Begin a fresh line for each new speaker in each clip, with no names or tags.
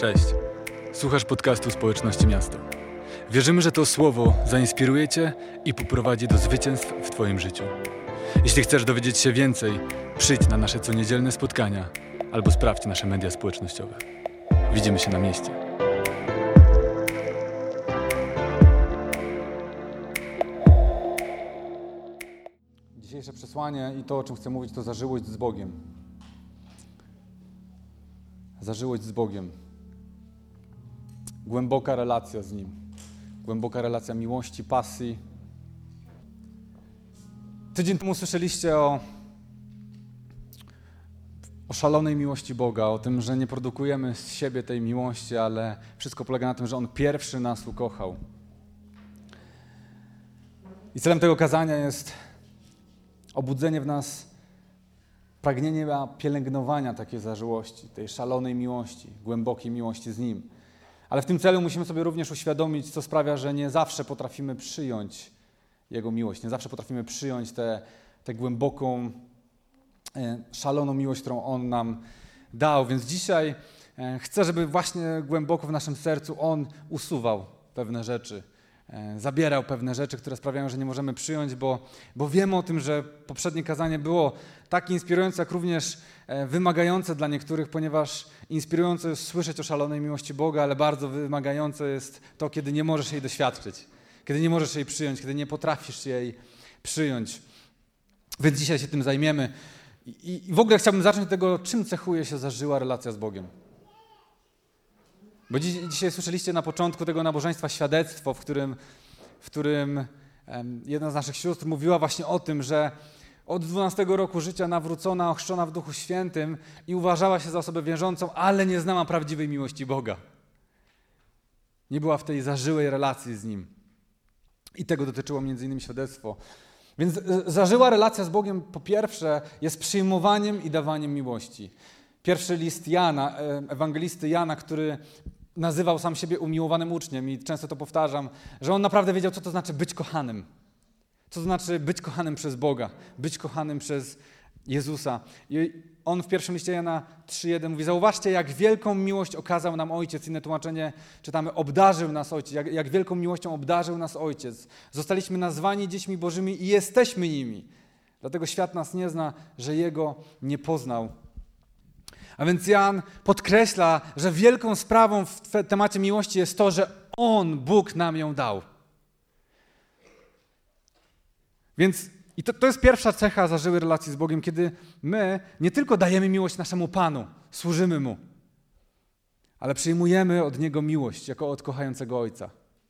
Cześć. Słuchasz podcastu Społeczności Miasto. Wierzymy, że to słowo zainspiruje Cię i poprowadzi do zwycięstw w Twoim życiu. Jeśli chcesz dowiedzieć się więcej, przyjdź na nasze coniedzielne spotkania albo sprawdź nasze media społecznościowe. Widzimy się na mieście.
Dzisiejsze przesłanie i to, o czym chcę mówić, to zażyłość z Bogiem. Zażyłość z Bogiem. Głęboka relacja z Nim. Głęboka relacja miłości, pasji. Tydzień temu słyszeliście o szalonej miłości Boga, o tym, że nie produkujemy z siebie tej miłości, ale wszystko polega na tym, że On pierwszy nas ukochał. I celem tego kazania jest obudzenie w nas pragnienia pielęgnowania takiej zażyłości, tej szalonej miłości, głębokiej miłości z Nim. Ale w tym celu musimy sobie również uświadomić, co sprawia, że nie zawsze potrafimy przyjąć Jego miłość, nie zawsze potrafimy przyjąć tę głęboką, szaloną miłość, którą On nam dał. Więc dzisiaj chcę, żeby właśnie głęboko w naszym sercu On usuwał pewne rzeczy, zabierał pewne rzeczy, które sprawiają, że nie możemy przyjąć, bo wiemy o tym, że poprzednie kazanie było tak inspirujące, jak również wymagające dla niektórych, ponieważ inspirujące jest słyszeć o szalonej miłości Boga, ale bardzo wymagające jest to, kiedy nie możesz jej doświadczyć, kiedy nie możesz jej przyjąć, kiedy nie potrafisz jej przyjąć. Więc dzisiaj się tym zajmiemy. I w ogóle chciałbym zacząć od tego, czym cechuje się zażyła relacja z Bogiem. Bo dzisiaj słyszeliście na początku tego nabożeństwa świadectwo, w którym jedna z naszych sióstr mówiła właśnie o tym, że od 12 roku życia nawrócona, ochrzczona w Duchu Świętym i uważała się za osobę wierzącą, ale nie znała prawdziwej miłości Boga. Nie była w tej zażyłej relacji z Nim. I tego dotyczyło między innymi świadectwo. Więc zażyła relacja z Bogiem po pierwsze jest przyjmowaniem i dawaniem miłości. Pierwszy list Jana, ewangelisty Jana, który nazywał sam siebie umiłowanym uczniem i często to powtarzam, że on naprawdę wiedział, co to znaczy być kochanym. Co to znaczy być kochanym przez Boga, być kochanym przez Jezusa. I on w pierwszym liście Jana 3:1 mówi: zauważcie, jak wielką miłość okazał nam Ojciec. Inne tłumaczenie czytamy: obdarzył nas Ojciec. Jak wielką miłością obdarzył nas Ojciec. Zostaliśmy nazwani dziećmi Bożymi i jesteśmy nimi. Dlatego świat nas nie zna, że Jego nie poznał. A więc Jan podkreśla, że wielką sprawą w temacie miłości jest to, że On, Bóg, nam ją dał. Więc i to jest pierwsza cecha zażyłej relacji z Bogiem, kiedy my nie tylko dajemy miłość naszemu Panu, służymy Mu, ale przyjmujemy od Niego miłość jako od kochającego Ojca.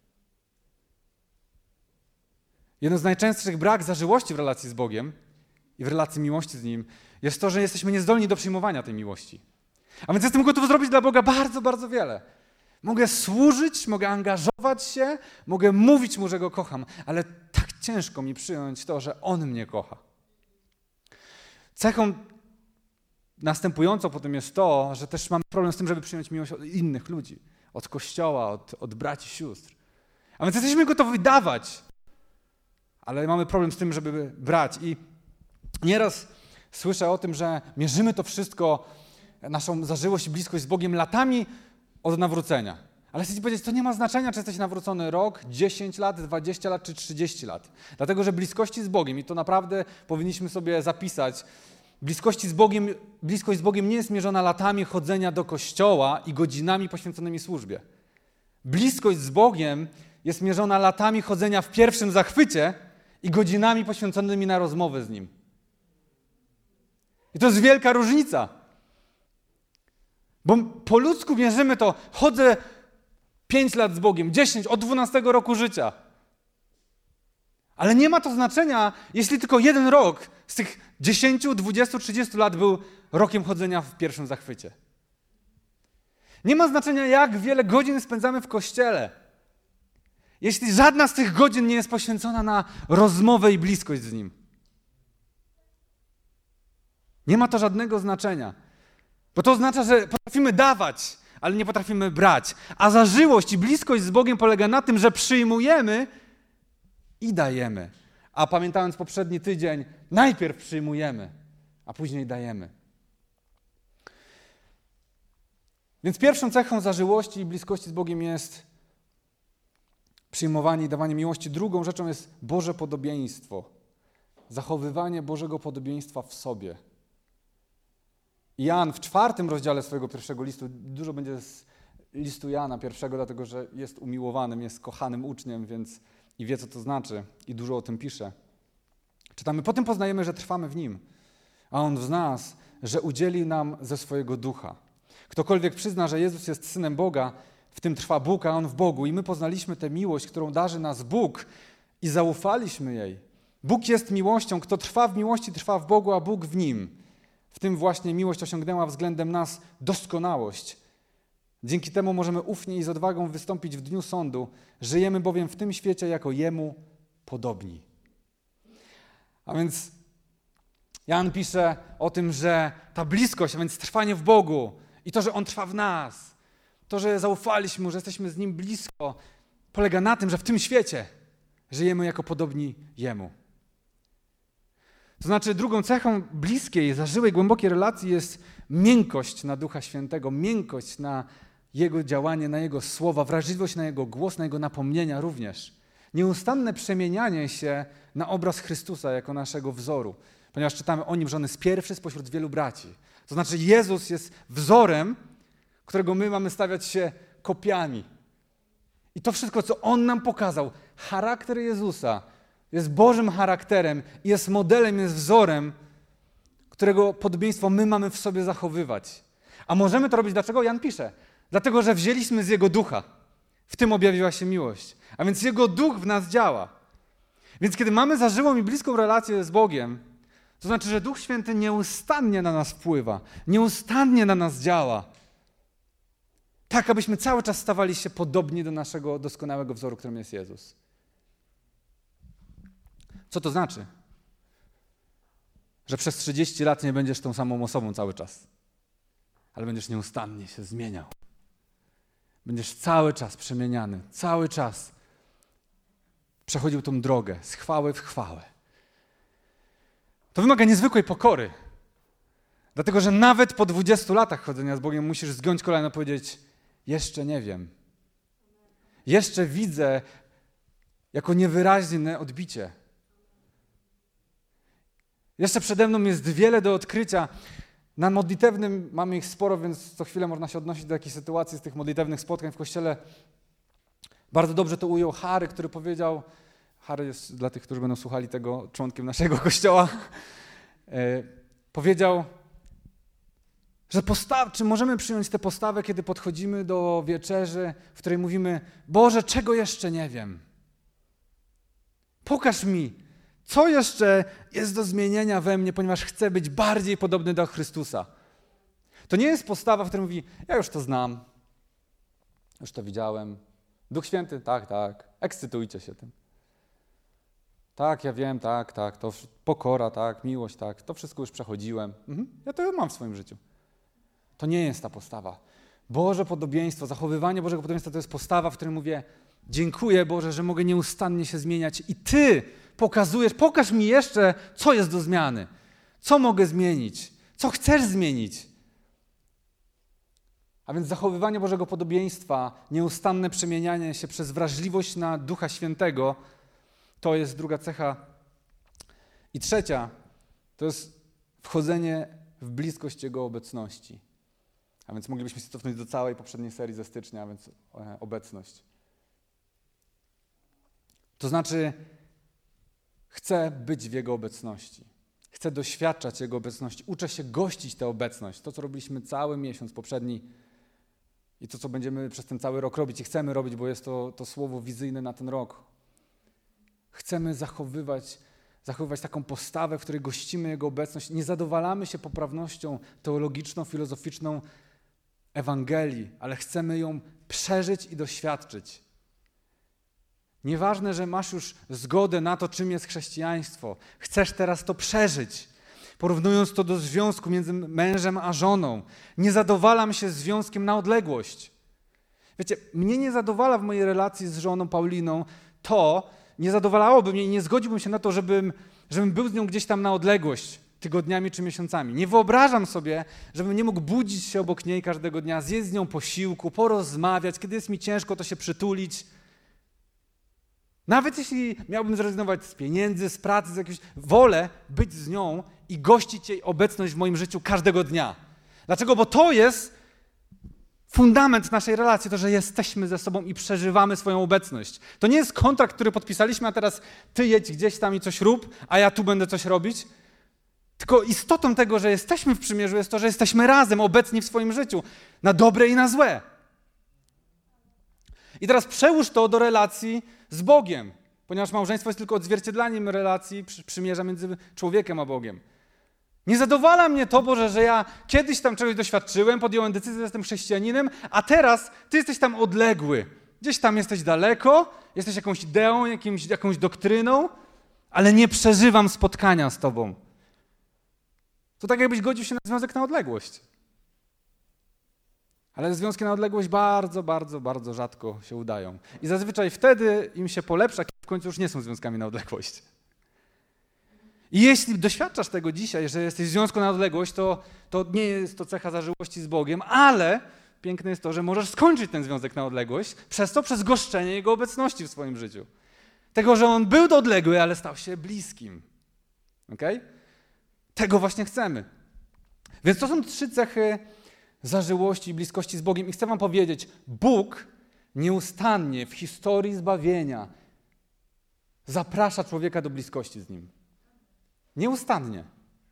Jeden z najczęstszych brak zażyłości w relacji z Bogiem i w relacji miłości z Nim jest to, że jesteśmy niezdolni do przyjmowania tej miłości. A więc jestem gotów zrobić dla Boga bardzo, bardzo wiele. Mogę służyć, mogę angażować się, mogę mówić Mu, że Go kocham, ale tak ciężko mi przyjąć to, że On mnie kocha. Cechą następującą potem jest to, że też mamy problem z tym, żeby przyjąć miłość od innych ludzi, od Kościoła, od braci, sióstr. A więc jesteśmy gotowi dawać, ale mamy problem z tym, żeby brać. I nieraz słyszę o tym, że mierzymy to wszystko, naszą zażyłość i bliskość z Bogiem latami od nawrócenia. Ale chcę Ci powiedzieć, to nie ma znaczenia, czy jesteś nawrócony rok, 10 lat, 20 lat czy 30 lat. Dlatego, że bliskości z Bogiem, i to naprawdę powinniśmy sobie zapisać, bliskość z Bogiem nie jest mierzona latami chodzenia do kościoła i godzinami poświęconymi służbie. Bliskość z Bogiem jest mierzona latami chodzenia w pierwszym zachwycie i godzinami poświęconymi na rozmowę z Nim. I to jest wielka różnica. Bo po ludzku mierzymy to, chodzę 5 lat z Bogiem, 10, od 12 roku życia. Ale nie ma to znaczenia, jeśli tylko jeden rok z tych 10, 20, 30 lat był rokiem chodzenia w pierwszym zachwycie. Nie ma znaczenia, jak wiele godzin spędzamy w kościele, jeśli żadna z tych godzin nie jest poświęcona na rozmowę i bliskość z Nim. Nie ma to żadnego znaczenia. Bo to oznacza, że potrafimy dawać, ale nie potrafimy brać. A zażyłość i bliskość z Bogiem polega na tym, że przyjmujemy i dajemy. A pamiętając poprzedni tydzień, najpierw przyjmujemy, a później dajemy. Więc pierwszą cechą zażyłości i bliskości z Bogiem jest przyjmowanie i dawanie miłości. Drugą rzeczą jest Boże podobieństwo. Zachowywanie Bożego podobieństwa w sobie. Jan w 4 rozdziale swojego pierwszego listu, dużo będzie z listu Jana pierwszego, dlatego że jest umiłowanym, jest kochanym uczniem, więc i wie, co to znaczy i dużo o tym pisze. Czytamy, potem poznajemy, że trwamy w Nim, a On w nas, że udzieli nam ze swojego ducha. Ktokolwiek przyzna, że Jezus jest Synem Boga, w tym trwa Bóg, a On w Bogu. I my poznaliśmy tę miłość, którą darzy nas Bóg i zaufaliśmy jej. Bóg jest miłością. Kto trwa w miłości, trwa w Bogu, a Bóg w Nim. W tym właśnie miłość osiągnęła względem nas doskonałość. Dzięki temu możemy ufnie i z odwagą wystąpić w dniu sądu. Żyjemy bowiem w tym świecie jako Jemu podobni. A więc Jan pisze o tym, że ta bliskość, a więc trwanie w Bogu i to, że On trwa w nas, to, że zaufaliśmy Mu, że jesteśmy z Nim blisko, polega na tym, że w tym świecie żyjemy jako podobni Jemu. To znaczy drugą cechą bliskiej, zażyłej, głębokiej relacji jest miękkość na Ducha Świętego, miękkość na Jego działanie, na Jego słowa, wrażliwość na Jego głos, na Jego napomnienia również. Nieustanne przemienianie się na obraz Chrystusa jako naszego wzoru, ponieważ czytamy o Nim, że On jest pierwszy spośród wielu braci. To znaczy Jezus jest wzorem, którego my mamy stawiać się kopiami. I to wszystko, co On nam pokazał, charakter Jezusa jest Bożym charakterem, jest modelem, jest wzorem, którego podobieństwo my mamy w sobie zachowywać. A możemy to robić, dlaczego? Jan pisze. Dlatego, że wzięliśmy z Jego ducha. W tym objawiła się miłość. A więc Jego duch w nas działa. Więc kiedy mamy zażyłą i bliską relację z Bogiem, to znaczy, że Duch Święty nieustannie na nas wpływa, nieustannie na nas działa. Tak, abyśmy cały czas stawali się podobni do naszego doskonałego wzoru, którym jest Jezus. Co to znaczy? Że przez 30 lat nie będziesz tą samą osobą cały czas, ale będziesz nieustannie się zmieniał. Będziesz cały czas przemieniany, cały czas przechodził tą drogę z chwały w chwałę. To wymaga niezwykłej pokory, dlatego że nawet po 20 latach chodzenia z Bogiem musisz zgiąć kolano i powiedzieć: jeszcze nie wiem. Jeszcze widzę jako niewyraźne odbicie. Jeszcze przede mną jest wiele do odkrycia. Na modlitewnym mamy ich sporo, więc co chwilę można się odnosić do jakiejś sytuacji z tych modlitewnych spotkań w Kościele. Bardzo dobrze to ujął Harry, który powiedział, Harry jest dla tych, którzy będą słuchali tego, członkiem naszego Kościoła, powiedział, że czy możemy przyjąć tę postawę, kiedy podchodzimy do wieczerzy, w której mówimy: Boże, czego jeszcze nie wiem? Pokaż mi, co jeszcze jest do zmienienia we mnie, ponieważ chcę być bardziej podobny do Chrystusa. To nie jest postawa, w której mówi: ja już to znam, już to widziałem. Duch Święty, tak, ekscytujcie się tym. Tak, ja wiem, tak, to pokora, tak, miłość, tak, to wszystko już przechodziłem. Ja to mam w swoim życiu. To nie jest ta postawa. Boże podobieństwo, zachowywanie Bożego podobieństwa to jest postawa, w której mówię: dziękuję Boże, że mogę nieustannie się zmieniać i Ty pokaż mi jeszcze, co jest do zmiany, co mogę zmienić, co chcesz zmienić. A więc zachowywanie Bożego podobieństwa, nieustanne przemienianie się przez wrażliwość na Ducha Świętego, to jest druga cecha. I trzecia, to jest wchodzenie w bliskość Jego obecności. A więc moglibyśmy się cofnąć do całej poprzedniej serii ze stycznia, a więc obecność. To znaczy, chcę być w Jego obecności. Chcę doświadczać Jego obecności. Uczę się gościć tę obecność. To, co robiliśmy cały miesiąc poprzedni i to, co będziemy przez ten cały rok robić i chcemy robić, bo jest to słowo wizyjne na ten rok. Chcemy zachowywać taką postawę, w której gościmy Jego obecność. Nie zadowalamy się poprawnością teologiczną, filozoficzną Ewangelii, ale chcemy ją przeżyć i doświadczyć. Nieważne, że masz już zgodę na to, czym jest chrześcijaństwo. Chcesz teraz to przeżyć, porównując to do związku między mężem a żoną. Nie zadowalam się związkiem na odległość. Wiecie, mnie nie zadowala w mojej relacji z żoną Pauliną nie zadowalałoby mnie i nie zgodziłbym się na to, żebym był z nią gdzieś tam na odległość. tygodniami czy miesiącami. Nie wyobrażam sobie, żebym nie mógł budzić się obok niej każdego dnia, zjeść z nią posiłku, porozmawiać, kiedy jest mi ciężko, to się przytulić. Nawet jeśli miałbym zrezygnować z pieniędzy, z pracy, z jakiegoś... Wolę być z nią i gościć jej obecność w moim życiu każdego dnia. Dlaczego? Bo to jest fundament naszej relacji, to, że jesteśmy ze sobą i przeżywamy swoją obecność. To nie jest kontrakt, który podpisaliśmy, a teraz ty jedź gdzieś tam i coś rób, a ja tu będę coś robić. Tylko istotą tego, że jesteśmy w przymierzu, jest to, że jesteśmy razem, obecni w swoim życiu, na dobre i na złe. I teraz przełóż to do relacji z Bogiem, ponieważ małżeństwo jest tylko odzwierciedleniem relacji przymierza między człowiekiem a Bogiem. Nie zadowala mnie to, Boże, że ja kiedyś tam czegoś doświadczyłem, podjąłem decyzję, że jestem chrześcijaninem, a teraz ty jesteś tam odległy. Gdzieś tam jesteś daleko, jesteś jakąś ideą, jakąś doktryną, ale nie przeżywam spotkania z tobą. To tak jakbyś godził się na związek na odległość. Ale związki na odległość bardzo, bardzo, bardzo rzadko się udają. I zazwyczaj wtedy im się polepsza, kiedy w końcu już nie są związkami na odległość. I jeśli doświadczasz tego dzisiaj, że jesteś w związku na odległość, to nie jest to cecha zażyłości z Bogiem, ale piękne jest to, że możesz skończyć ten związek na odległość przez goszczenie Jego obecności w swoim życiu. Tego, że On był odległy, ale stał się bliskim. Okay? Tego właśnie chcemy. Więc to są 3 cechy zażyłości i bliskości z Bogiem. I chcę wam powiedzieć, Bóg nieustannie w historii zbawienia zaprasza człowieka do bliskości z Nim. Nieustannie.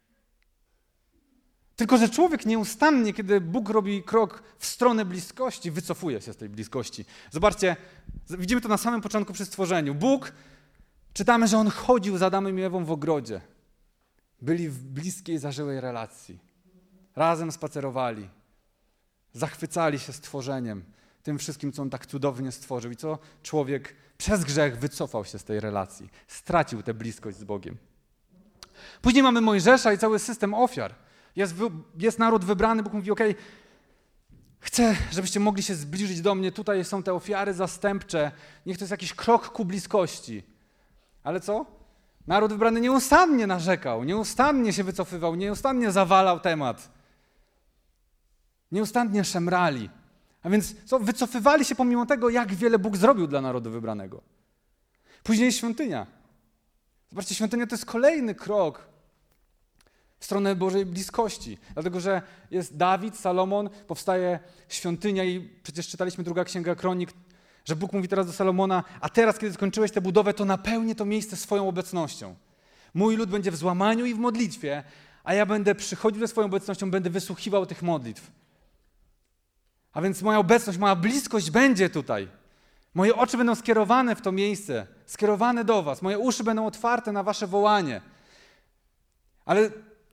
Tylko że człowiek nieustannie, kiedy Bóg robi krok w stronę bliskości, wycofuje się z tej bliskości. Zobaczcie, widzimy to na samym początku przy stworzeniu. Bóg, czytamy, że On chodził z Adamem i Ewą w ogrodzie. Byli w bliskiej, zażyłej relacji. Razem spacerowali. Zachwycali się stworzeniem, tym wszystkim, co On tak cudownie stworzył i co człowiek przez grzech wycofał się z tej relacji. Stracił tę bliskość z Bogiem. Później mamy Mojżesza i cały system ofiar. Jest naród wybrany, Bóg mówi, okej, chcę, żebyście mogli się zbliżyć do mnie, tutaj są te ofiary zastępcze, niech to jest jakiś krok ku bliskości. Ale co? Naród wybrany nieustannie narzekał, nieustannie się wycofywał, nieustannie zawalał temat. Nieustannie szemrali. A więc wycofywali się pomimo tego, jak wiele Bóg zrobił dla narodu wybranego. Później jest świątynia. Zobaczcie, świątynia to jest kolejny krok w stronę Bożej bliskości. Dlatego, że jest Dawid, Salomon, powstaje świątynia i przecież czytaliśmy 2 Księga Kronik, że Bóg mówi teraz do Salomona, a teraz, kiedy skończyłeś tę budowę, to napełnię to miejsce swoją obecnością. Mój lud będzie w złamaniu i w modlitwie, a ja będę przychodził ze swoją obecnością, będę wysłuchiwał tych modlitw. A więc moja obecność, moja bliskość będzie tutaj. Moje oczy będą skierowane w to miejsce, skierowane do was. Moje uszy będą otwarte na wasze wołanie. Ale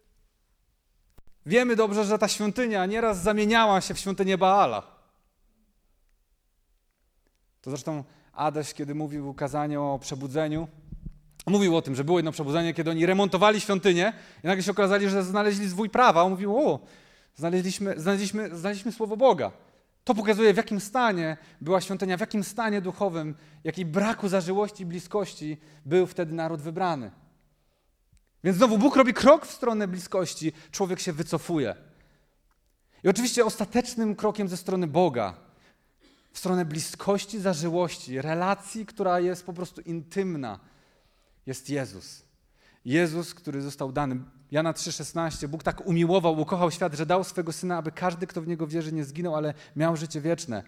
wiemy dobrze, że ta świątynia nieraz zamieniała się w świątynię Baala. To zresztą Adaś, kiedy mówił kazanie o przebudzeniu, mówił o tym, że było jedno przebudzenie, kiedy oni remontowali świątynię i nagle się okazali, że znaleźli zwój prawa. On mówił, znaleźliśmy słowo Boga. To pokazuje, w jakim stanie była świątynia, w jakim stanie duchowym, jakiej braku zażyłości i bliskości był wtedy naród wybrany. Więc znowu Bóg robi krok w stronę bliskości, człowiek się wycofuje. I oczywiście ostatecznym krokiem ze strony Boga, w stronę bliskości, zażyłości, relacji, która jest po prostu intymna, jest Jezus. Jezus, który został dany. Jana 3,16. Bóg tak umiłował, ukochał świat, że dał swego Syna, aby każdy, kto w Niego wierzy, nie zginął, ale miał życie wieczne.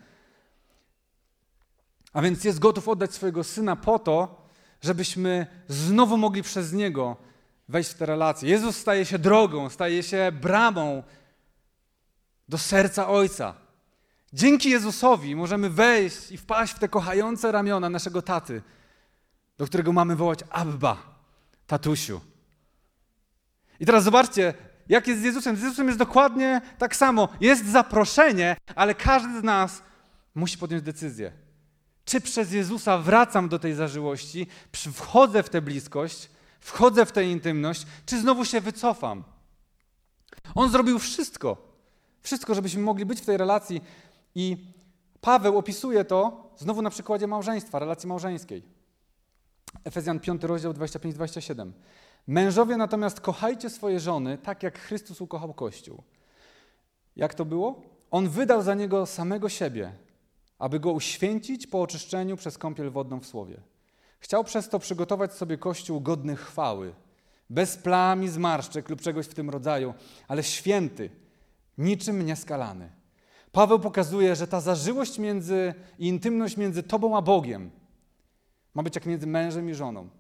A więc jest gotów oddać swojego Syna po to, żebyśmy znowu mogli przez Niego wejść w te relacje. Jezus staje się drogą, staje się bramą do serca Ojca. Dzięki Jezusowi możemy wejść i wpaść w te kochające ramiona naszego taty, do którego mamy wołać Abba, tatusiu. I teraz zobaczcie, jak jest z Jezusem. Z Jezusem jest dokładnie tak samo. Jest zaproszenie, ale każdy z nas musi podjąć decyzję. Czy przez Jezusa wracam do tej zażyłości, wchodzę w tę bliskość, wchodzę w tę intymność, czy znowu się wycofam? On zrobił wszystko, żebyśmy mogli być w tej relacji i Paweł opisuje to znowu na przykładzie małżeństwa, relacji małżeńskiej. Efezjan 5, rozdział 25-27. Mężowie natomiast kochajcie swoje żony tak, jak Chrystus ukochał Kościół. Jak to było? On wydał za niego samego siebie, aby go uświęcić po oczyszczeniu przez kąpiel wodną w Słowie. Chciał przez to przygotować sobie Kościół godny chwały, bez plam i zmarszczek lub czegoś w tym rodzaju, ale święty, niczym nieskalany. Paweł pokazuje, że ta zażyłość i intymność między tobą a Bogiem ma być jak między mężem i żoną.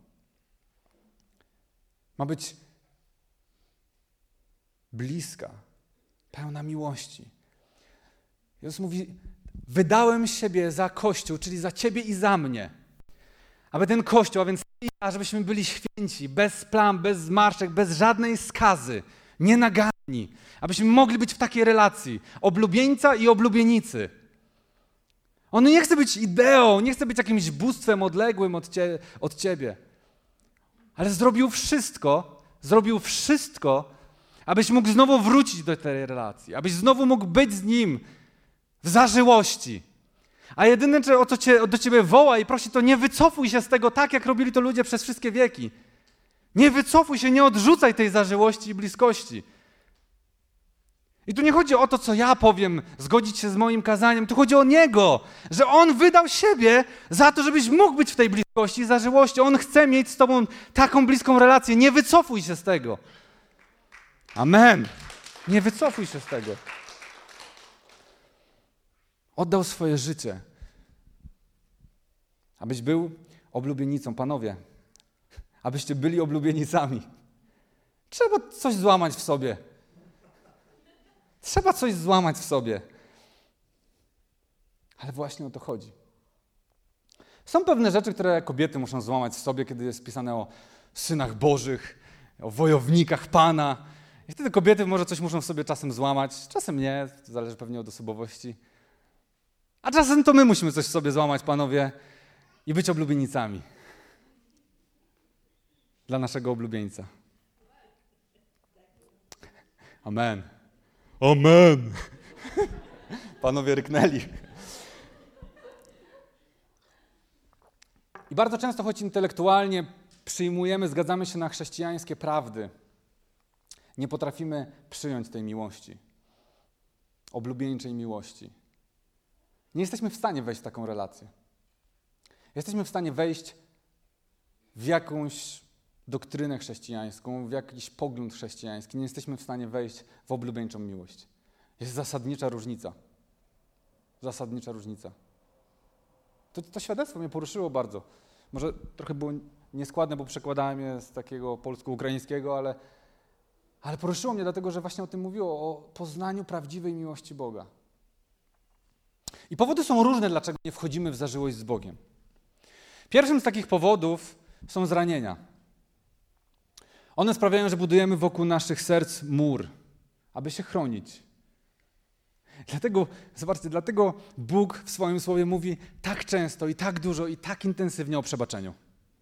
Ma być bliska, pełna miłości. Jezus mówi, wydałem siebie za Kościół, czyli za ciebie i za mnie. Aby ten Kościół, a więc ty i ja, żebyśmy byli święci, bez plam, bez zmarszczek, bez żadnej skazy, nienaganni. Abyśmy mogli być w takiej relacji oblubieńca i oblubienicy. On nie chce być ideą, nie chce być jakimś bóstwem odległym od ciebie. Ale zrobił wszystko, abyś mógł znowu wrócić do tej relacji, abyś znowu mógł być z Nim w zażyłości. A jedyne, o co do ciebie woła i prosi, to nie wycofuj się z tego tak, jak robili to ludzie przez wszystkie wieki. Nie wycofuj się, nie odrzucaj tej zażyłości i bliskości. I tu nie chodzi o to, co ja powiem, zgodzić się z moim kazaniem. Tu chodzi o Niego, że On wydał siebie za to, żebyś mógł być w tej bliskości i zażyłości. On chce mieć z tobą taką bliską relację. Nie wycofuj się z tego. Amen. Nie wycofuj się z tego. Oddał swoje życie, abyś był oblubienicą. Panowie, abyście byli oblubienicami. Trzeba coś złamać w sobie. Trzeba coś złamać w sobie. Ale właśnie o to chodzi. Są pewne rzeczy, które kobiety muszą złamać w sobie, kiedy jest pisane o synach bożych, o wojownikach Pana. I wtedy kobiety może coś muszą w sobie czasem złamać, czasem nie, to zależy pewnie od osobowości. A czasem to my musimy coś w sobie złamać, panowie, i być oblubienicami. Dla naszego oblubieńca. Amen. Amen. Panowie ryknęli. I bardzo często, choć intelektualnie przyjmujemy, zgadzamy się na chrześcijańskie prawdy, nie potrafimy przyjąć tej miłości, oblubieńczej miłości. Nie jesteśmy w stanie wejść w taką relację. Jesteśmy w stanie wejść w jakąś doktrynę chrześcijańską, w jakiś pogląd chrześcijański. Nie jesteśmy w stanie wejść w oblubieńczą miłość. Jest zasadnicza różnica. Zasadnicza różnica. To świadectwo mnie poruszyło bardzo. Może trochę było nieskładne, bo przekładałem je z takiego polsko-ukraińskiego, ale poruszyło mnie dlatego, że właśnie o tym mówiło, o poznaniu prawdziwej miłości Boga. I powody są różne, dlaczego nie wchodzimy w zażyłość z Bogiem. Pierwszym z takich powodów są zranienia. One sprawiają, że budujemy wokół naszych serc mur, aby się chronić. Dlatego Bóg w swoim słowie mówi tak często i tak dużo i tak intensywnie o przebaczeniu.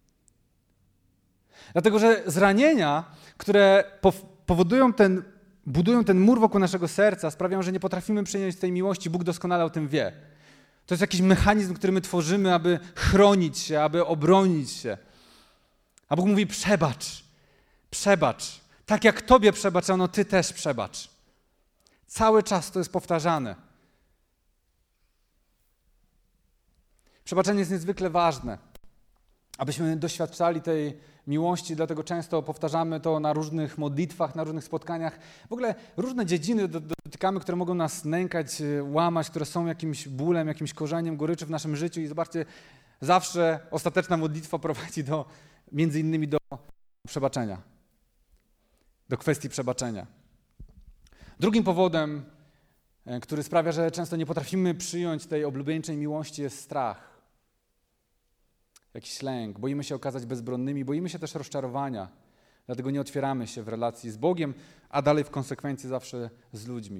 Dlatego, że zranienia, które budują ten mur wokół naszego serca, sprawiają, że nie potrafimy przyjąć tej miłości. Bóg doskonale o tym wie. To jest jakiś mechanizm, który my tworzymy, aby chronić się, aby obronić się. A Bóg mówi przebacz, przebacz. Tak jak Tobie przebaczono, Ty też przebacz. Cały czas to jest powtarzane. Przebaczenie jest niezwykle ważne, abyśmy doświadczali tej miłości, dlatego często powtarzamy to na różnych modlitwach, na różnych spotkaniach. W ogóle różne dziedziny dotykamy, które mogą nas nękać, łamać, które są jakimś bólem, jakimś korzeniem goryczy w naszym życiu i zobaczcie, zawsze ostateczna modlitwa prowadzi między innymi do przebaczenia, do kwestii przebaczenia. Drugim powodem, który sprawia, że często nie potrafimy przyjąć tej oblubieńczej miłości, jest strach. Jakiś lęk, boimy się okazać bezbronnymi, boimy się też rozczarowania, dlatego nie otwieramy się w relacji z Bogiem, a dalej w konsekwencji zawsze z ludźmi.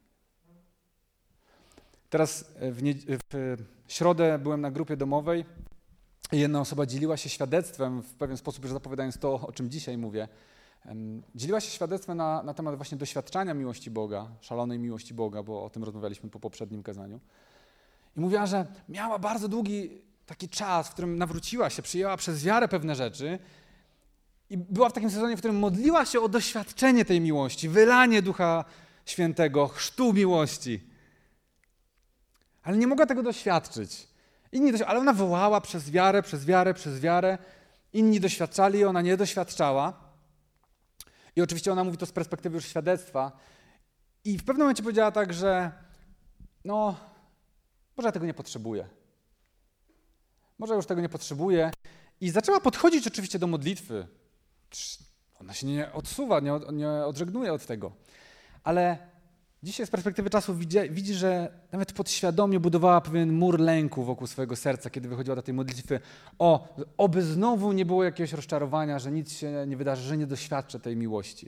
Teraz w środę byłem na grupie domowej i jedna osoba dzieliła się świadectwem w pewien sposób, już zapowiadając to, o czym dzisiaj mówię. Dzieliła się świadectwem na temat właśnie doświadczania miłości Boga, szalonej miłości Boga, bo o tym rozmawialiśmy po poprzednim kazaniu. I mówiła, że miała bardzo długi taki czas, w którym nawróciła się, przyjęła przez wiarę pewne rzeczy I była w takim sezonie, w którym modliła się o doświadczenie tej miłości, wylanie Ducha Świętego, chrztu miłości. Ale nie mogła tego doświadczyć. Ale ona wołała przez wiarę. Inni doświadczali, ona nie doświadczała. I oczywiście ona mówi to z perspektywy już świadectwa. I w pewnym momencie powiedziała tak, że może ja tego nie potrzebuję. Może już tego nie potrzebuję. I zaczęła podchodzić oczywiście do modlitwy. Ona się nie odsuwa, nie odżegnuje od tego. Ale dzisiaj z perspektywy czasu widzi, że nawet podświadomie budowała pewien mur lęku wokół swojego serca, kiedy wychodziła do tej modlitwy. Oby znowu nie było jakiegoś rozczarowania, że nic się nie wydarzy, że nie doświadczę tej miłości.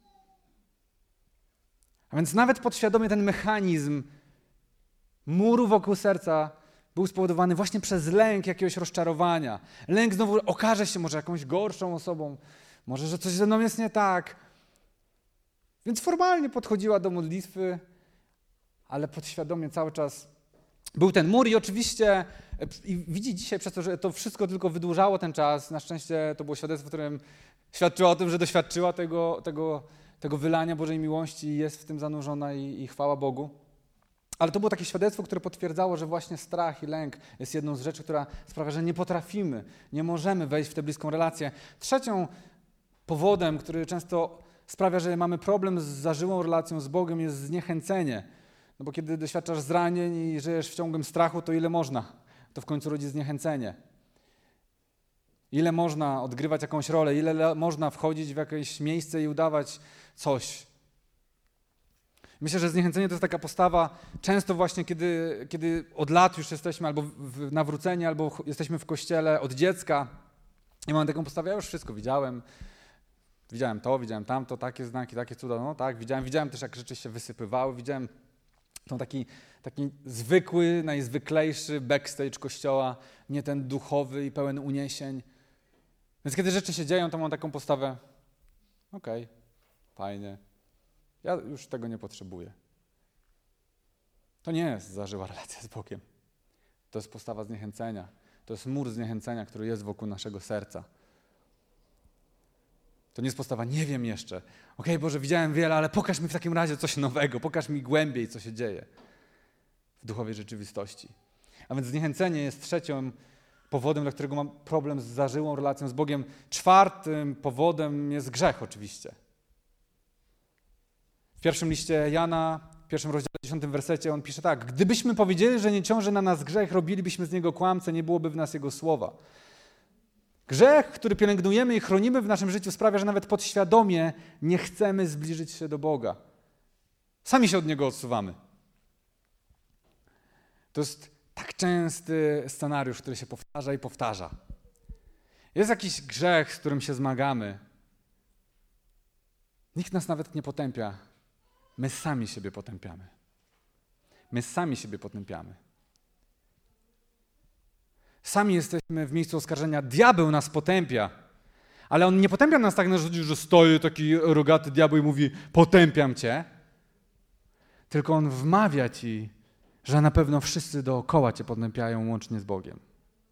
A więc nawet podświadomie ten mechanizm muru wokół serca był spowodowany właśnie przez lęk jakiegoś rozczarowania. Lęk znowu okaże się może jakąś gorszą osobą, może, że coś ze mną jest nie tak. Więc formalnie podchodziła do modlitwy, ale podświadomie cały czas był ten mur i oczywiście widzi dzisiaj przez to, że to wszystko tylko wydłużało ten czas. Na szczęście to było świadectwo, w którym świadczyła o tym, że doświadczyła tego wylania Bożej miłości i jest w tym zanurzona i chwała Bogu. Ale to było takie świadectwo, które potwierdzało, że właśnie strach i lęk jest jedną z rzeczy, która sprawia, że nie możemy wejść w tę bliską relację. Trzecią powodem, który często sprawia, że mamy problem z zażyłą relacją z Bogiem, jest zniechęcenie. No bo kiedy doświadczasz zranień i żyjesz w ciągłym strachu, to ile można? To w końcu rodzi zniechęcenie. Ile można odgrywać jakąś rolę, ile można wchodzić w jakieś miejsce i udawać coś. Myślę, że zniechęcenie to jest taka postawa, często właśnie kiedy od lat już jesteśmy albo nawróceni, albo jesteśmy w kościele od dziecka i mamy taką postawę, ja już wszystko widziałem to, widziałem tamto, takie znaki, takie cuda, widziałem też jak rzeczy się wysypywały, widziałem taki zwykły, najzwyklejszy backstage kościoła, nie ten duchowy i pełen uniesień. Więc kiedy rzeczy się dzieją, to mam taką postawę, okej, fajnie. Ja już tego nie potrzebuję. To nie jest zażyła relacja z Bogiem. To jest postawa zniechęcenia. To jest mur zniechęcenia, który jest wokół naszego serca. To nie jest postawa, nie wiem jeszcze. Okej, Boże, widziałem wiele, ale pokaż mi w takim razie coś nowego. Pokaż mi głębiej, co się dzieje w duchowej rzeczywistości. A więc zniechęcenie jest trzecim powodem, dla którego mam problem z zażyłą relacją z Bogiem. Czwartym powodem jest grzech oczywiście. W pierwszym liście Jana, w pierwszym rozdziale, 10 wersecie, on pisze tak: gdybyśmy powiedzieli, że nie ciąży na nas grzech, robilibyśmy z niego kłamcę, nie byłoby w nas jego słowa. Grzech, który pielęgnujemy i chronimy w naszym życiu, sprawia, że nawet podświadomie nie chcemy zbliżyć się do Boga. Sami się od niego odsuwamy. To jest tak częsty scenariusz, który się powtarza i powtarza. Jest jakiś grzech, z którym się zmagamy. Nikt nas nawet nie potępia. My sami siebie potępiamy. Sami jesteśmy w miejscu oskarżenia. Diabeł nas potępia. Ale on nie potępia nas tak na zasadzie, że stoi taki rogaty diabeł i mówi: potępiam cię. Tylko on wmawia ci, że na pewno wszyscy dookoła cię potępiają łącznie z Bogiem.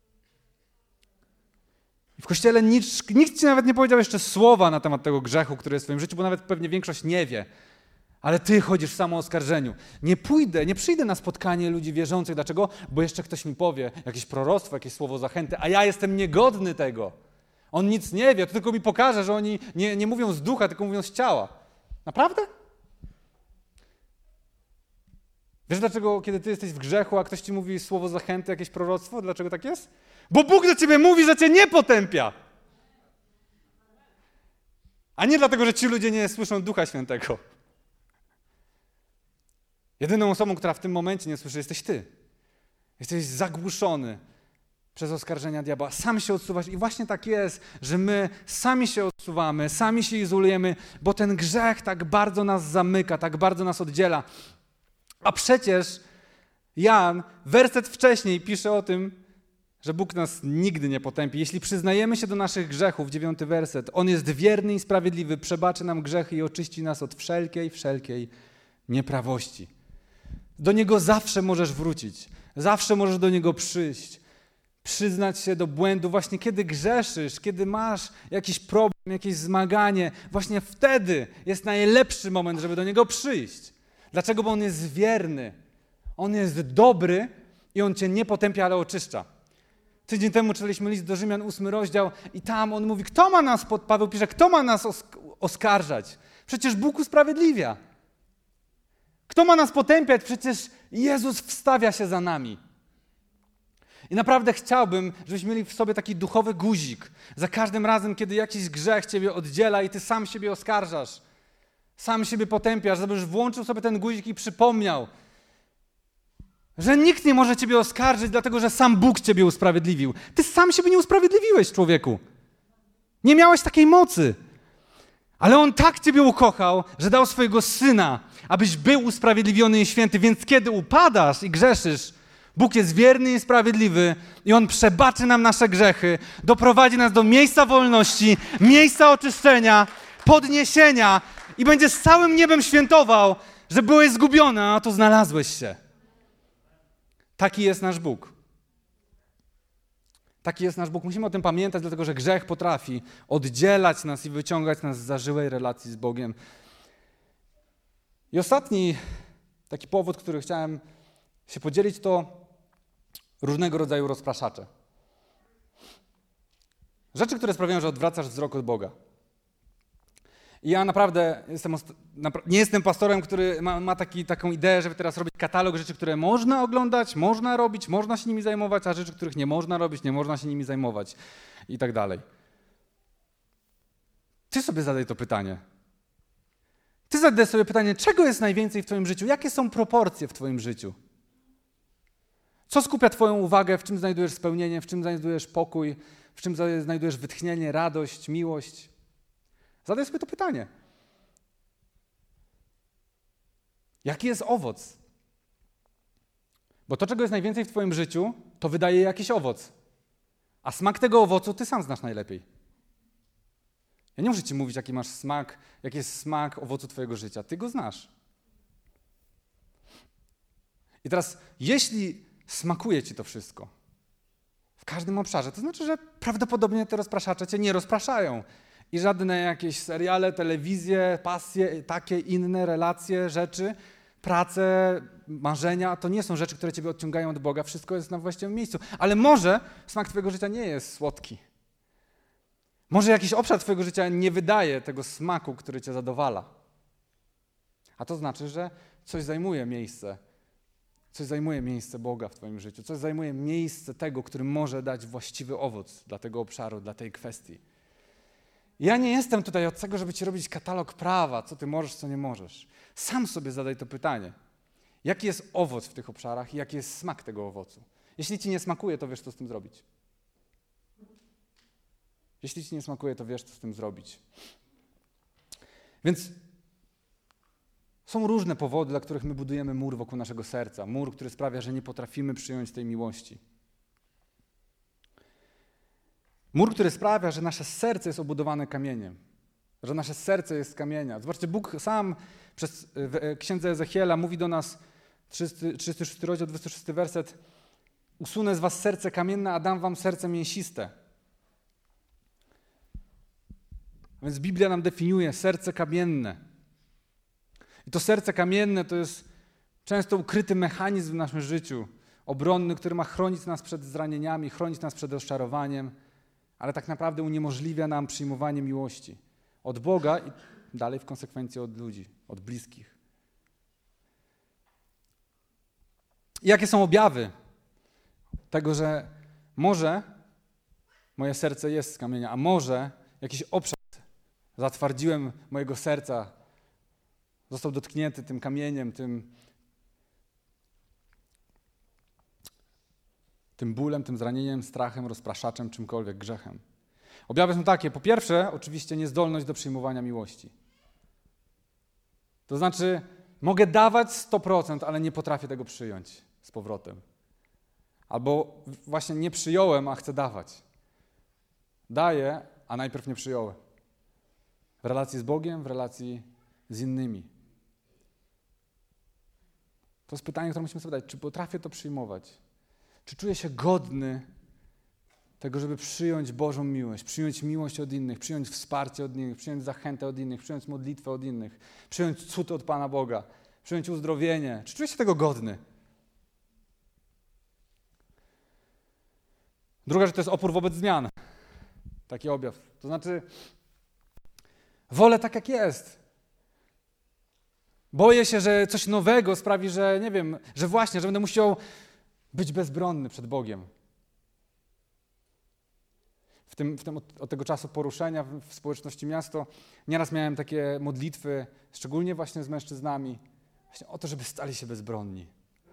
I w Kościele nikt ci nawet nie powiedział jeszcze słowa na temat tego grzechu, który jest w twoim życiu, bo nawet pewnie większość nie wie. Ale ty chodzisz w samooskarżeniu. Nie przyjdę na spotkanie ludzi wierzących. Dlaczego? Bo jeszcze ktoś mi powie jakieś proroctwo, jakieś słowo zachęty, a ja jestem niegodny tego. On nic nie wie, to tylko mi pokaże, że oni nie mówią z ducha, tylko mówią z ciała. Naprawdę? Wiesz dlaczego, kiedy ty jesteś w grzechu, a ktoś ci mówi słowo zachęty, jakieś proroctwo? Dlaczego tak jest? Bo Bóg do ciebie mówi, że cię nie potępia. A nie dlatego, że ci ludzie nie słyszą Ducha Świętego. Jedyną osobą, która w tym momencie nie słyszy, jesteś ty. Jesteś zagłuszony przez oskarżenia diabła. Sam się odsuwasz i właśnie tak jest, że my sami się odsuwamy, sami się izolujemy, bo ten grzech tak bardzo nas zamyka, tak bardzo nas oddziela. A przecież Jan, werset wcześniej pisze o tym, że Bóg nas nigdy nie potępi. Jeśli przyznajemy się do naszych grzechów, 9 werset, On jest wierny i sprawiedliwy, przebaczy nam grzechy i oczyści nas od wszelkiej nieprawości. Do Niego zawsze możesz wrócić, zawsze możesz do Niego przyjść. przyznać się do błędu właśnie kiedy grzeszysz, kiedy masz jakiś problem, jakieś zmaganie. Właśnie wtedy jest najlepszy moment, żeby do Niego przyjść. Dlaczego? Bo On jest wierny. On jest dobry i On cię nie potępia, ale oczyszcza. Tydzień temu czytaliśmy list do Rzymian, 8 rozdział i tam on mówi, Paweł pisze, kto ma nas oskarżać? Przecież Bóg usprawiedliwia. Kto ma nas potępiać? Przecież Jezus wstawia się za nami. I naprawdę chciałbym, żebyśmy mieli w sobie taki duchowy guzik. Za każdym razem, kiedy jakiś grzech ciebie oddziela i ty sam siebie oskarżasz, sam siebie potępiasz, żebyś włączył sobie ten guzik i przypomniał, że nikt nie może ciebie oskarżyć, dlatego że sam Bóg ciebie usprawiedliwił. Ty sam siebie nie usprawiedliwiłeś, człowieku. Nie miałeś takiej mocy. Ale On tak ciebie ukochał, że dał swojego Syna, abyś był usprawiedliwiony i święty. Więc kiedy upadasz i grzeszysz, Bóg jest wierny i sprawiedliwy i On przebaczy nam nasze grzechy, doprowadzi nas do miejsca wolności, miejsca oczyszczenia, podniesienia i będzie z całym niebem świętował, że byłeś zgubiony, a to znalazłeś się. Taki jest nasz Bóg. Taki jest nasz Bóg. Musimy o tym pamiętać, dlatego że grzech potrafi oddzielać nas i wyciągać nas z zażyłej relacji z Bogiem. I ostatni taki powód, który chciałem się podzielić, to różnego rodzaju rozpraszacze. Rzeczy, które sprawiają, że odwracasz wzrok od Boga. I ja naprawdę nie jestem pastorem, który ma taką ideę, żeby teraz robić katalog rzeczy, które można oglądać, można robić, można się nimi zajmować, a rzeczy, których nie można robić, nie można się nimi zajmować i tak dalej. Ty sobie zadaj to pytanie. Ty zadaj sobie pytanie, czego jest najwięcej w twoim życiu? Jakie są proporcje w twoim życiu? Co skupia twoją uwagę? W czym znajdujesz spełnienie? W czym znajdujesz pokój? W czym znajdujesz wytchnienie, radość, miłość? Zadaj sobie to pytanie. Jaki jest owoc? Bo to, czego jest najwięcej w twoim życiu, to wydaje jakiś owoc. A smak tego owocu ty sam znasz najlepiej. Ja nie muszę ci mówić, jaki masz smak, jaki jest smak owocu twojego życia. Ty go znasz. I teraz, jeśli smakuje ci to wszystko w każdym obszarze, to znaczy, że prawdopodobnie te rozpraszacze cię nie rozpraszają. I żadne jakieś seriale, telewizje, pasje, takie inne relacje, rzeczy, prace, marzenia, to nie są rzeczy, które ciebie odciągają od Boga. Wszystko jest na właściwym miejscu. Ale może smak twojego życia nie jest słodki. Może jakiś obszar twojego życia nie wydaje tego smaku, który cię zadowala. A to znaczy, że coś zajmuje miejsce. Coś zajmuje miejsce Boga w twoim życiu. Coś zajmuje miejsce tego, który może dać właściwy owoc dla tego obszaru, dla tej kwestii. Ja nie jestem tutaj od tego, żeby ci robić katalog prawa, co ty możesz, co nie możesz. Sam sobie zadaj to pytanie. Jaki jest owoc w tych obszarach i jaki jest smak tego owocu? Jeśli ci nie smakuje, to wiesz, co z tym zrobić. Jeśli ci nie smakuje, to wiesz, co z tym zrobić. Więc są różne powody, dla których my budujemy mur wokół naszego serca. Mur, który sprawia, że nie potrafimy przyjąć tej miłości. Mur, który sprawia, że nasze serce jest obudowane kamieniem. Że nasze serce jest z kamienia. Zobaczcie, Bóg sam w księdze Ezechiela mówi do nas, 36 rozdział, 26 werset, usunę z was serce kamienne, a dam wam serce mięsiste. Więc Biblia nam definiuje serce kamienne. I to serce kamienne to jest często ukryty mechanizm w naszym życiu, obronny, który ma chronić nas przed zranieniami, chronić nas przed rozczarowaniem, ale tak naprawdę uniemożliwia nam przyjmowanie miłości od Boga i dalej w konsekwencji od ludzi, od bliskich. I jakie są objawy tego, że może moje serce jest z kamienia, a może jakiś obszar zatwardziłem mojego serca, został dotknięty tym kamieniem, tym bólem, tym zranieniem, strachem, rozpraszaczem, czymkolwiek, grzechem. Objawy są takie. Po pierwsze, oczywiście niezdolność do przyjmowania miłości. To znaczy, mogę dawać 100%, ale nie potrafię tego przyjąć z powrotem. Albo właśnie nie przyjąłem, a chcę dawać. Daję, a najpierw nie przyjąłem. W relacji z Bogiem, w relacji z innymi. To jest pytanie, które musimy sobie zadać. Czy potrafię to przyjmować? Czy czuję się godny tego, żeby przyjąć Bożą miłość, przyjąć miłość od innych, przyjąć wsparcie od innych, przyjąć zachętę od innych, przyjąć modlitwę od innych, przyjąć cud od Pana Boga, przyjąć uzdrowienie. Czy czujesz się tego godny? Druga rzecz to jest opór wobec zmian. Taki objaw. To znaczy, wolę tak jak jest. Boję się, że coś nowego sprawi, że nie wiem, że będę musiał być bezbronny przed Bogiem. Od tego czasu poruszenia w społeczności miasto nieraz miałem takie modlitwy, szczególnie właśnie z mężczyznami, właśnie o to, żeby stali się bezbronni.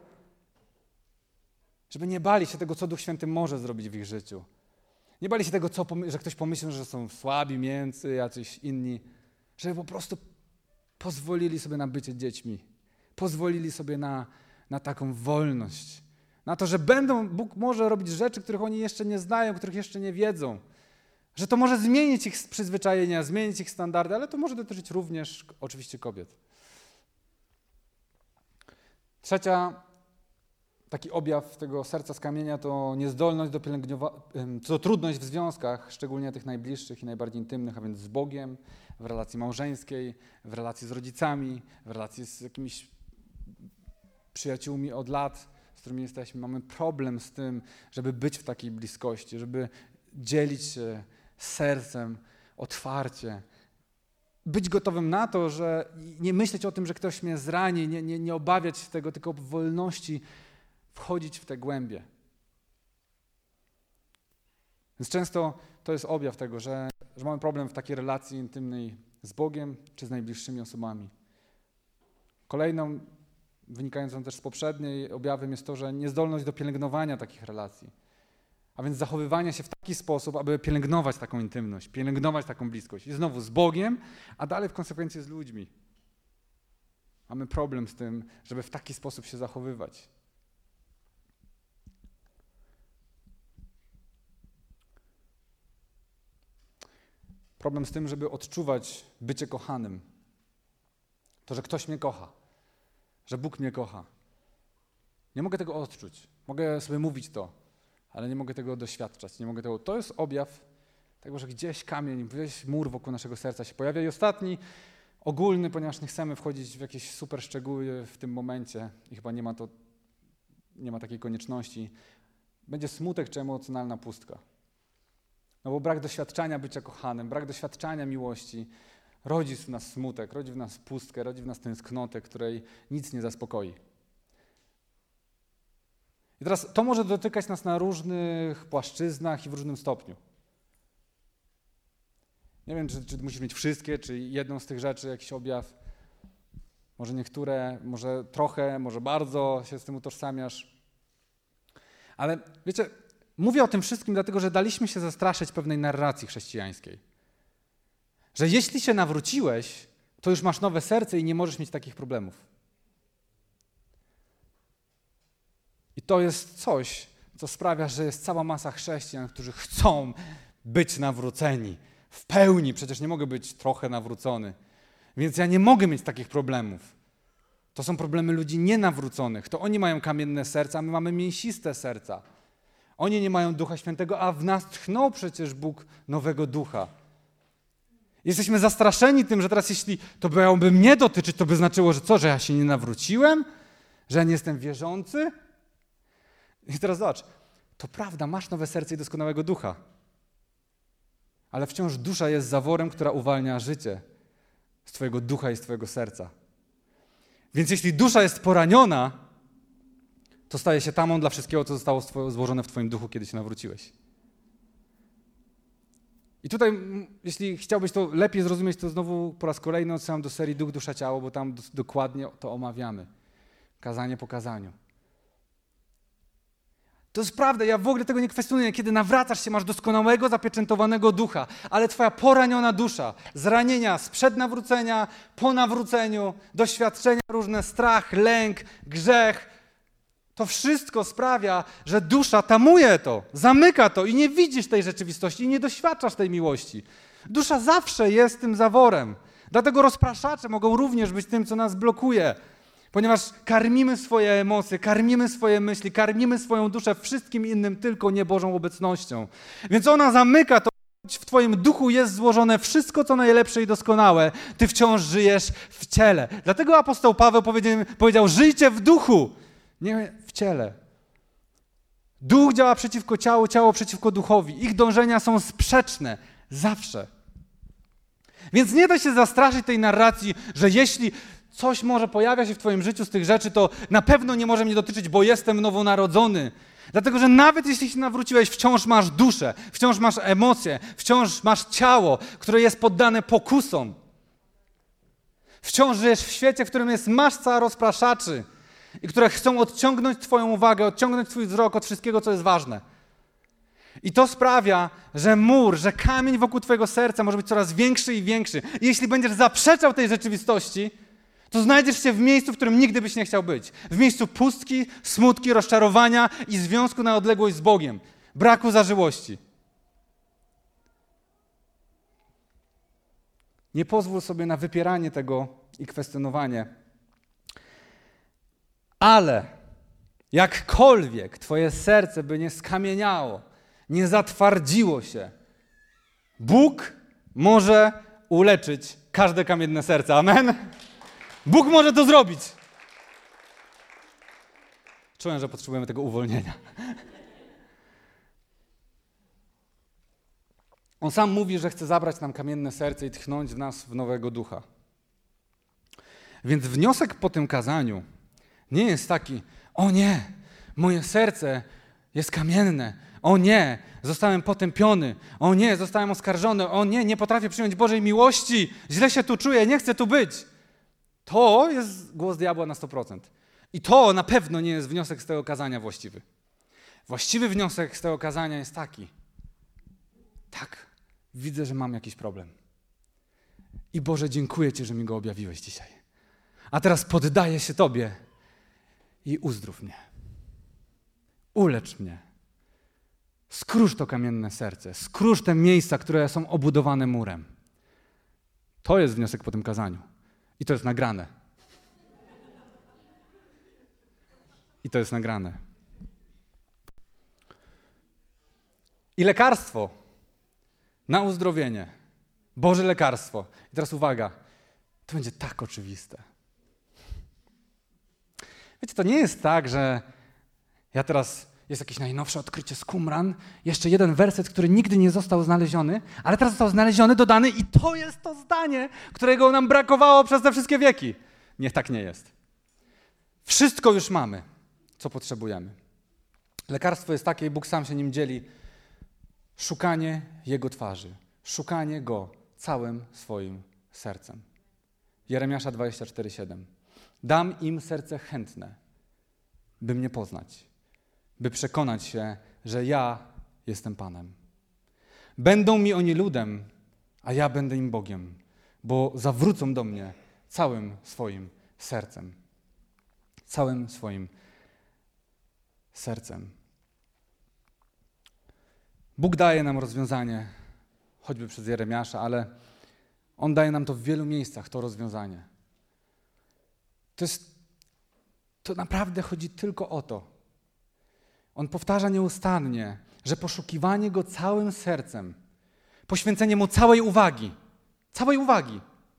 Żeby nie bali się tego, co Duch Święty może zrobić w ich życiu. Nie bali się tego, że ktoś pomyśli, że są słabi, miękcy, jacyś inni. Żeby po prostu pozwolili sobie na bycie dziećmi. Pozwolili sobie na taką wolność. Na to, że Bóg może robić rzeczy, których oni jeszcze nie znają, których jeszcze nie wiedzą. Że to może zmienić ich przyzwyczajenia, zmienić ich standardy, ale to może dotyczyć również oczywiście kobiet. Taki objaw tego serca z kamienia to niezdolność do pielęgnowania, to trudność w związkach, szczególnie tych najbliższych i najbardziej intymnych, a więc z Bogiem, w relacji małżeńskiej, w relacji z rodzicami, w relacji z jakimiś przyjaciółmi od lat, z którymi jesteśmy. Mamy problem z tym, żeby być w takiej bliskości, żeby dzielić się sercem otwarcie. Być gotowym na to, że nie myśleć o tym, że ktoś mnie zrani, nie obawiać się tego, tylko w wolności wchodzić w te głębie. Więc często to jest objaw tego, że mamy problem w takiej relacji intymnej z Bogiem czy z najbliższymi osobami. Kolejną, wynikającą też z poprzedniej objawem jest to, że niezdolność do pielęgnowania takich relacji. A więc zachowywania się w taki sposób, aby pielęgnować taką intymność, pielęgnować taką bliskość. I znowu z Bogiem, a dalej w konsekwencji z ludźmi. Mamy problem z tym, żeby w taki sposób się zachowywać. Problem z tym, żeby odczuwać bycie kochanym. To, że ktoś mnie kocha, że Bóg mnie kocha. Nie mogę tego odczuć. Mogę sobie mówić to, ale nie mogę tego doświadczać. To jest objaw tego, że gdzieś kamień, gdzieś mur wokół naszego serca się pojawia. I ostatni, ogólny, ponieważ nie chcemy wchodzić w jakieś super szczegóły w tym momencie i chyba nie ma takiej konieczności, będzie smutek czy emocjonalna pustka. No bo brak doświadczenia bycia kochanym, brak doświadczenia miłości rodzi w nas smutek, rodzi w nas pustkę, rodzi w nas tęsknotę, której nic nie zaspokoi. I teraz to może dotykać nas na różnych płaszczyznach i w różnym stopniu. Nie wiem, czy musisz mieć wszystkie, czy jedną z tych rzeczy, jakiś objaw. Może niektóre, może trochę, może bardzo się z tym utożsamiasz. Ale wiecie, mówię o tym wszystkim dlatego, że daliśmy się zastraszyć pewnej narracji chrześcijańskiej. Że jeśli się nawróciłeś, to już masz nowe serce i nie możesz mieć takich problemów. I to jest coś, co sprawia, że jest cała masa chrześcijan, którzy chcą być nawróceni w pełni. Przecież nie mogę być trochę nawrócony. Więc ja nie mogę mieć takich problemów. To są problemy ludzi nienawróconych. To oni mają kamienne serca, a my mamy mięsiste serca. Oni nie mają Ducha Świętego, a w nas tchnął przecież Bóg nowego ducha. Jesteśmy zastraszeni tym, że teraz jeśli to miałoby mnie dotyczyć, to by znaczyło, że co, że ja się nie nawróciłem? Że ja nie jestem wierzący? I teraz zobacz, to prawda, masz nowe serce i doskonałego ducha. Ale wciąż dusza jest zaworem, która uwalnia życie z twojego ducha i z twojego serca. Więc jeśli dusza jest poraniona, to staje się tamą dla wszystkiego, co zostało złożone w twoim duchu, kiedy się nawróciłeś. I tutaj, jeśli chciałbyś to lepiej zrozumieć, to znowu po raz kolejny odsyłam do serii Duch, Dusza, Ciało, bo tam dokładnie to omawiamy. Kazanie po kazaniu. To jest prawda, ja w ogóle tego nie kwestionuję. Kiedy nawracasz się, masz doskonałego, zapieczętowanego ducha, ale twoja poraniona dusza, zranienia sprzed nawrócenia, po nawróceniu, doświadczenia różne, strach, lęk, grzech, to wszystko sprawia, że dusza tamuje to, zamyka to i nie widzisz tej rzeczywistości i nie doświadczasz tej miłości. Dusza zawsze jest tym zaworem. Dlatego rozpraszacze mogą również być tym, co nas blokuje. Ponieważ karmimy swoje emocje, karmimy swoje myśli, karmimy swoją duszę wszystkim innym, tylko nie Bożą obecnością. Więc ona zamyka to, w twoim duchu jest złożone wszystko, co najlepsze i doskonałe. Ty wciąż żyjesz w ciele. Dlatego apostoł Paweł powiedział, żyjcie w duchu, nie w ciele. Duch działa przeciwko ciału, ciało przeciwko duchowi. Ich dążenia są sprzeczne. Zawsze. Więc nie da się zastraszyć tej narracji, że jeśli coś może pojawia się w twoim życiu z tych rzeczy, to na pewno nie może mnie dotyczyć, bo jestem nowonarodzony. Dlatego, że nawet jeśli się nawróciłeś, wciąż masz duszę, wciąż masz emocje, wciąż masz ciało, które jest poddane pokusom. Wciąż żyjesz w świecie, w którym jest masa rozpraszaczy i które chcą odciągnąć twoją uwagę, odciągnąć twój wzrok od wszystkiego, co jest ważne. I to sprawia, że mur, że kamień wokół twojego serca może być coraz większy i większy. I jeśli będziesz zaprzeczał tej rzeczywistości, to znajdziesz się w miejscu, w którym nigdy byś nie chciał być. W miejscu pustki, smutki, rozczarowania i związku na odległość z Bogiem. Braku zażyłości. Nie pozwól sobie na wypieranie tego i kwestionowanie. Ale jakkolwiek twoje serce by nie skamieniało, nie zatwardziło się, Bóg może uleczyć każde kamienne serce. Amen? Bóg może to zrobić. Czułem, że potrzebujemy tego uwolnienia. On sam mówi, że chce zabrać nam kamienne serce i tchnąć w nas w nowego ducha. Więc wniosek po tym kazaniu nie jest taki, o nie, moje serce jest kamienne, o nie, zostałem potępiony, o nie, zostałem oskarżony, o nie, nie potrafię przyjąć Bożej miłości, źle się tu czuję, nie chcę tu być. To jest głos diabła na 100%. I to na pewno nie jest wniosek z tego kazania właściwy. Właściwy wniosek z tego kazania jest taki. Tak, widzę, że mam jakiś problem. I Boże, dziękuję Ci, że mi go objawiłeś dzisiaj. A teraz poddaję się Tobie i uzdrów mnie. Ulecz mnie. Skrusz to kamienne serce. Skrusz te miejsca, które są obudowane murem. To jest wniosek po tym kazaniu. I to jest nagrane. I to jest nagrane. I lekarstwo na uzdrowienie. Boże lekarstwo. I teraz uwaga. To będzie tak oczywiste. Wiecie, to nie jest tak, że ja teraz jest jakieś najnowsze odkrycie z Qumran, jeszcze jeden werset, który nigdy nie został znaleziony, ale teraz został znaleziony, dodany i to jest to zdanie, którego nam brakowało przez te wszystkie wieki. Nie, tak nie jest. Wszystko już mamy, co potrzebujemy. Lekarstwo jest takie i Bóg sam się nim dzieli. Szukanie Jego twarzy. Szukanie Go całym swoim sercem. Jeremiasza 24:7. Dam im serce chętne, by mnie poznać, by przekonać się, że ja jestem Panem. Będą mi oni ludem, a ja będę im Bogiem, bo zawrócą do mnie całym swoim sercem. Całym swoim sercem. Bóg daje nam rozwiązanie, choćby przez Jeremiasza, ale On daje nam to w wielu miejscach, to rozwiązanie. To naprawdę chodzi tylko o to. On powtarza nieustannie, że poszukiwanie Go całym sercem, poświęcenie Mu całej uwagi,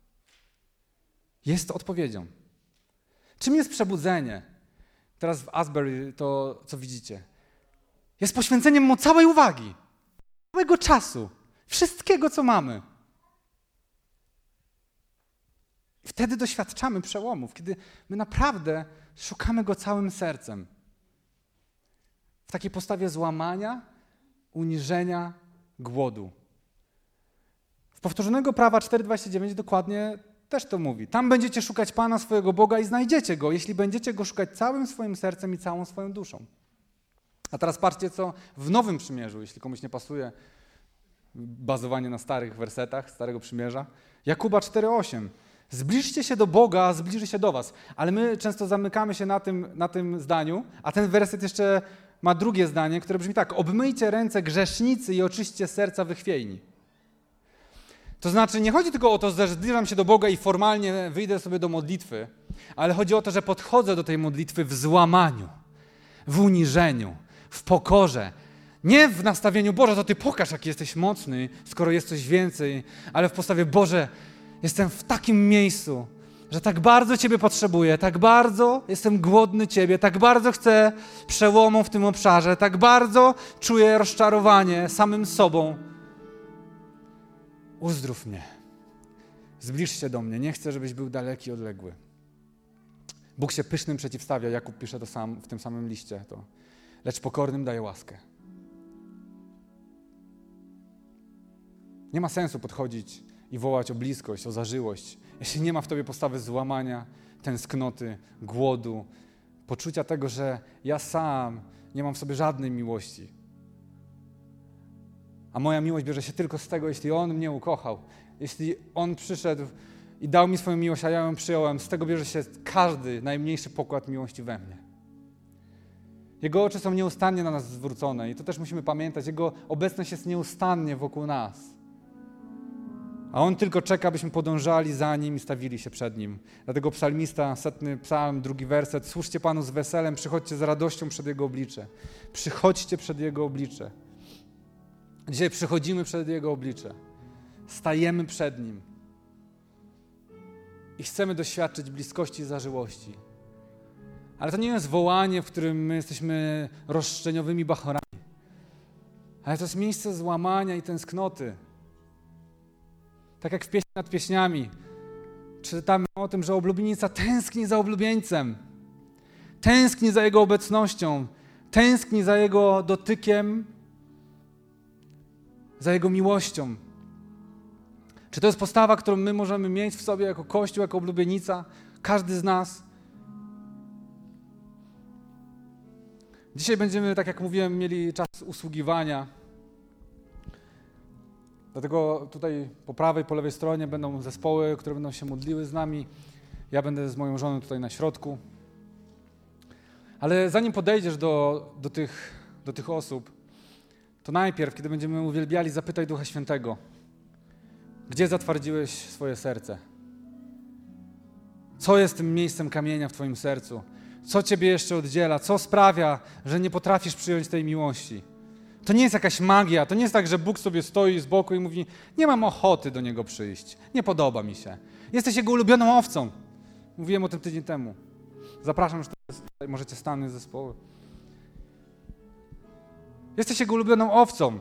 jest odpowiedzią. Czym jest przebudzenie? Teraz w Asbury to, co widzicie, jest poświęceniem Mu całej uwagi, całego czasu, wszystkiego, co mamy. Wtedy doświadczamy przełomów, kiedy my naprawdę szukamy Go całym sercem. W takiej postawie złamania, uniżenia, głodu. W Powtórzonego Prawa 4:29 dokładnie też to mówi. Tam będziecie szukać Pana swojego Boga i znajdziecie Go, jeśli będziecie Go szukać całym swoim sercem i całą swoją duszą. A teraz patrzcie, co w Nowym Przymierzu, jeśli komuś nie pasuje bazowanie na starych wersetach Starego Przymierza. Jakuba 4:8. Zbliżcie się do Boga, a zbliży się do was. Ale my często zamykamy się na tym zdaniu, a ten werset jeszcze ma drugie zdanie, które brzmi tak. Obmyjcie ręce grzesznicy i oczyśćcie serca wychwiejni. To znaczy, nie chodzi tylko o to, że zbliżam się do Boga i formalnie wyjdę sobie do modlitwy, ale chodzi o to, że podchodzę do tej modlitwy w złamaniu, w uniżeniu, w pokorze. Nie w nastawieniu, Boże, to Ty pokaż, jaki jesteś mocny, skoro jest coś więcej, ale w postawie, Boże, jestem w takim miejscu, że tak bardzo Ciebie potrzebuję, tak bardzo jestem głodny Ciebie, tak bardzo chcę przełomu w tym obszarze, tak bardzo czuję rozczarowanie samym sobą. Uzdrów mnie. Zbliż się do mnie. Nie chcę, żebyś był daleki, odległy. Bóg się pysznym przeciwstawia. Jakub pisze to sam w tym samym liście. Lecz pokornym daje łaskę. Nie ma sensu podchodzić i wołać o bliskość, o zażyłość, jeśli nie ma w tobie postawy złamania, tęsknoty, głodu, poczucia tego, że ja sam nie mam w sobie żadnej miłości. A moja miłość bierze się tylko z tego, jeśli On mnie ukochał, jeśli On przyszedł i dał mi swoją miłość, a ja ją przyjąłem, z tego bierze się każdy najmniejszy pokład miłości we mnie. Jego oczy są nieustannie na nas zwrócone i to też musimy pamiętać. Jego obecność jest nieustannie wokół nas. A On tylko czeka, abyśmy podążali za Nim i stawili się przed Nim. Dlatego psalmista, 100 psalm, 2 werset. Służcie Panu z weselem, przychodźcie z radością przed Jego oblicze. Przychodźcie przed Jego oblicze. Dzisiaj przychodzimy przed Jego oblicze. Stajemy przed Nim. I chcemy doświadczyć bliskości i zażyłości. Ale to nie jest wołanie, w którym my jesteśmy roszczeniowymi bachorami. Ale to jest miejsce złamania i tęsknoty. Tak jak w Pieśni nad Pieśniami czytamy o tym, że oblubienica tęskni za oblubieńcem. Tęskni za Jego obecnością. Tęskni za Jego dotykiem, za Jego miłością. Czy to jest postawa, którą my możemy mieć w sobie jako Kościół, jako oblubienica? Każdy z nas. Dzisiaj będziemy, tak jak mówiłem, mieli czas usługiwania. Dlatego tutaj po prawej, po lewej stronie będą zespoły, które będą się modliły z nami. Ja będę z moją żoną tutaj na środku. Ale zanim podejdziesz do tych osób, to najpierw, kiedy będziemy uwielbiali, zapytaj Ducha Świętego, gdzie zatwardziłeś swoje serce? Co jest tym miejscem kamienia w twoim sercu? Co ciebie jeszcze oddziela? Co sprawia, że nie potrafisz przyjąć tej miłości? To nie jest jakaś magia, to nie jest tak, że Bóg sobie stoi z boku i mówi, nie mam ochoty do Niego przyjść, nie podoba mi się. Jesteś Jego ulubioną owcą. Mówiłem o tym tydzień temu. Zapraszam, że tutaj możecie stanąć z zespołu. Jesteś Jego ulubioną owcą.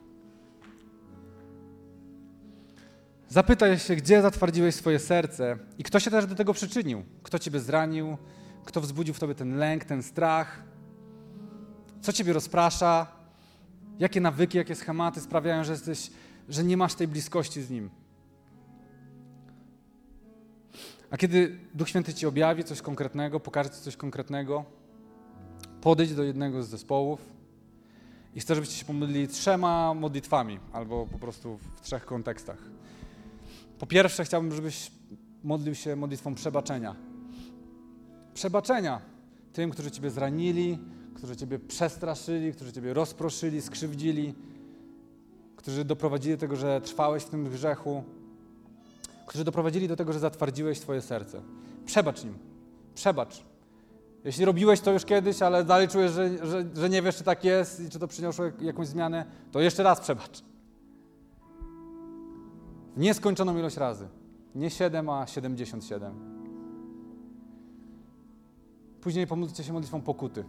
Zapytaj się, gdzie zatwardziłeś swoje serce i kto się też do tego przyczynił. Kto ciebie zranił, kto wzbudził w tobie ten lęk, ten strach. Co ciebie rozprasza, jakie nawyki, jakie schematy sprawiają, że nie masz tej bliskości z Nim. A kiedy Duch Święty ci objawi coś konkretnego, pokaże ci coś konkretnego, podejdź do jednego z zespołów i chcę, żebyście się pomodlili 3 modlitwami, albo po prostu w 3 kontekstach. Po pierwsze, chciałbym, żebyś modlił się modlitwą przebaczenia. Przebaczenia tym, którzy ciebie zranili, którzy ciebie przestraszyli, którzy ciebie rozproszyli, skrzywdzili, którzy doprowadzili do tego, że trwałeś w tym grzechu, którzy doprowadzili do tego, że zatwardziłeś swoje serce. Przebacz im. Przebacz. Jeśli robiłeś to już kiedyś, ale dalej czujesz, że nie wiesz, czy tak jest i czy to przyniosło jakąś zmianę, to jeszcze raz przebacz. W nieskończoną ilość razy. Nie 7, a 77. Później pomódlcie się modlitwą pokuty.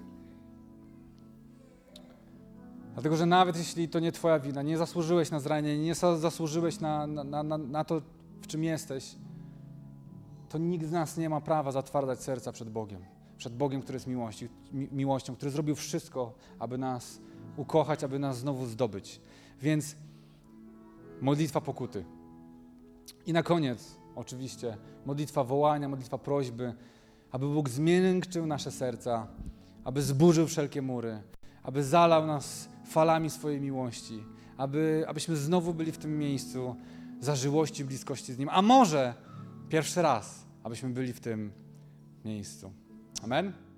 Dlatego, że nawet jeśli to nie twoja wina, nie zasłużyłeś na zranienie, nie zasłużyłeś na to, w czym jesteś, to nikt z nas nie ma prawa zatwardzać serca przed Bogiem. Przed Bogiem, który jest miłością, który zrobił wszystko, aby nas ukochać, aby nas znowu zdobyć. Więc modlitwa pokuty. I na koniec, oczywiście, modlitwa wołania, modlitwa prośby, aby Bóg zmiękczył nasze serca, aby zburzył wszelkie mury, aby zalał nas falami swojej miłości, abyśmy znowu byli w tym miejscu zażyłości, bliskości z Nim, a może pierwszy raz, abyśmy byli w tym miejscu. Amen?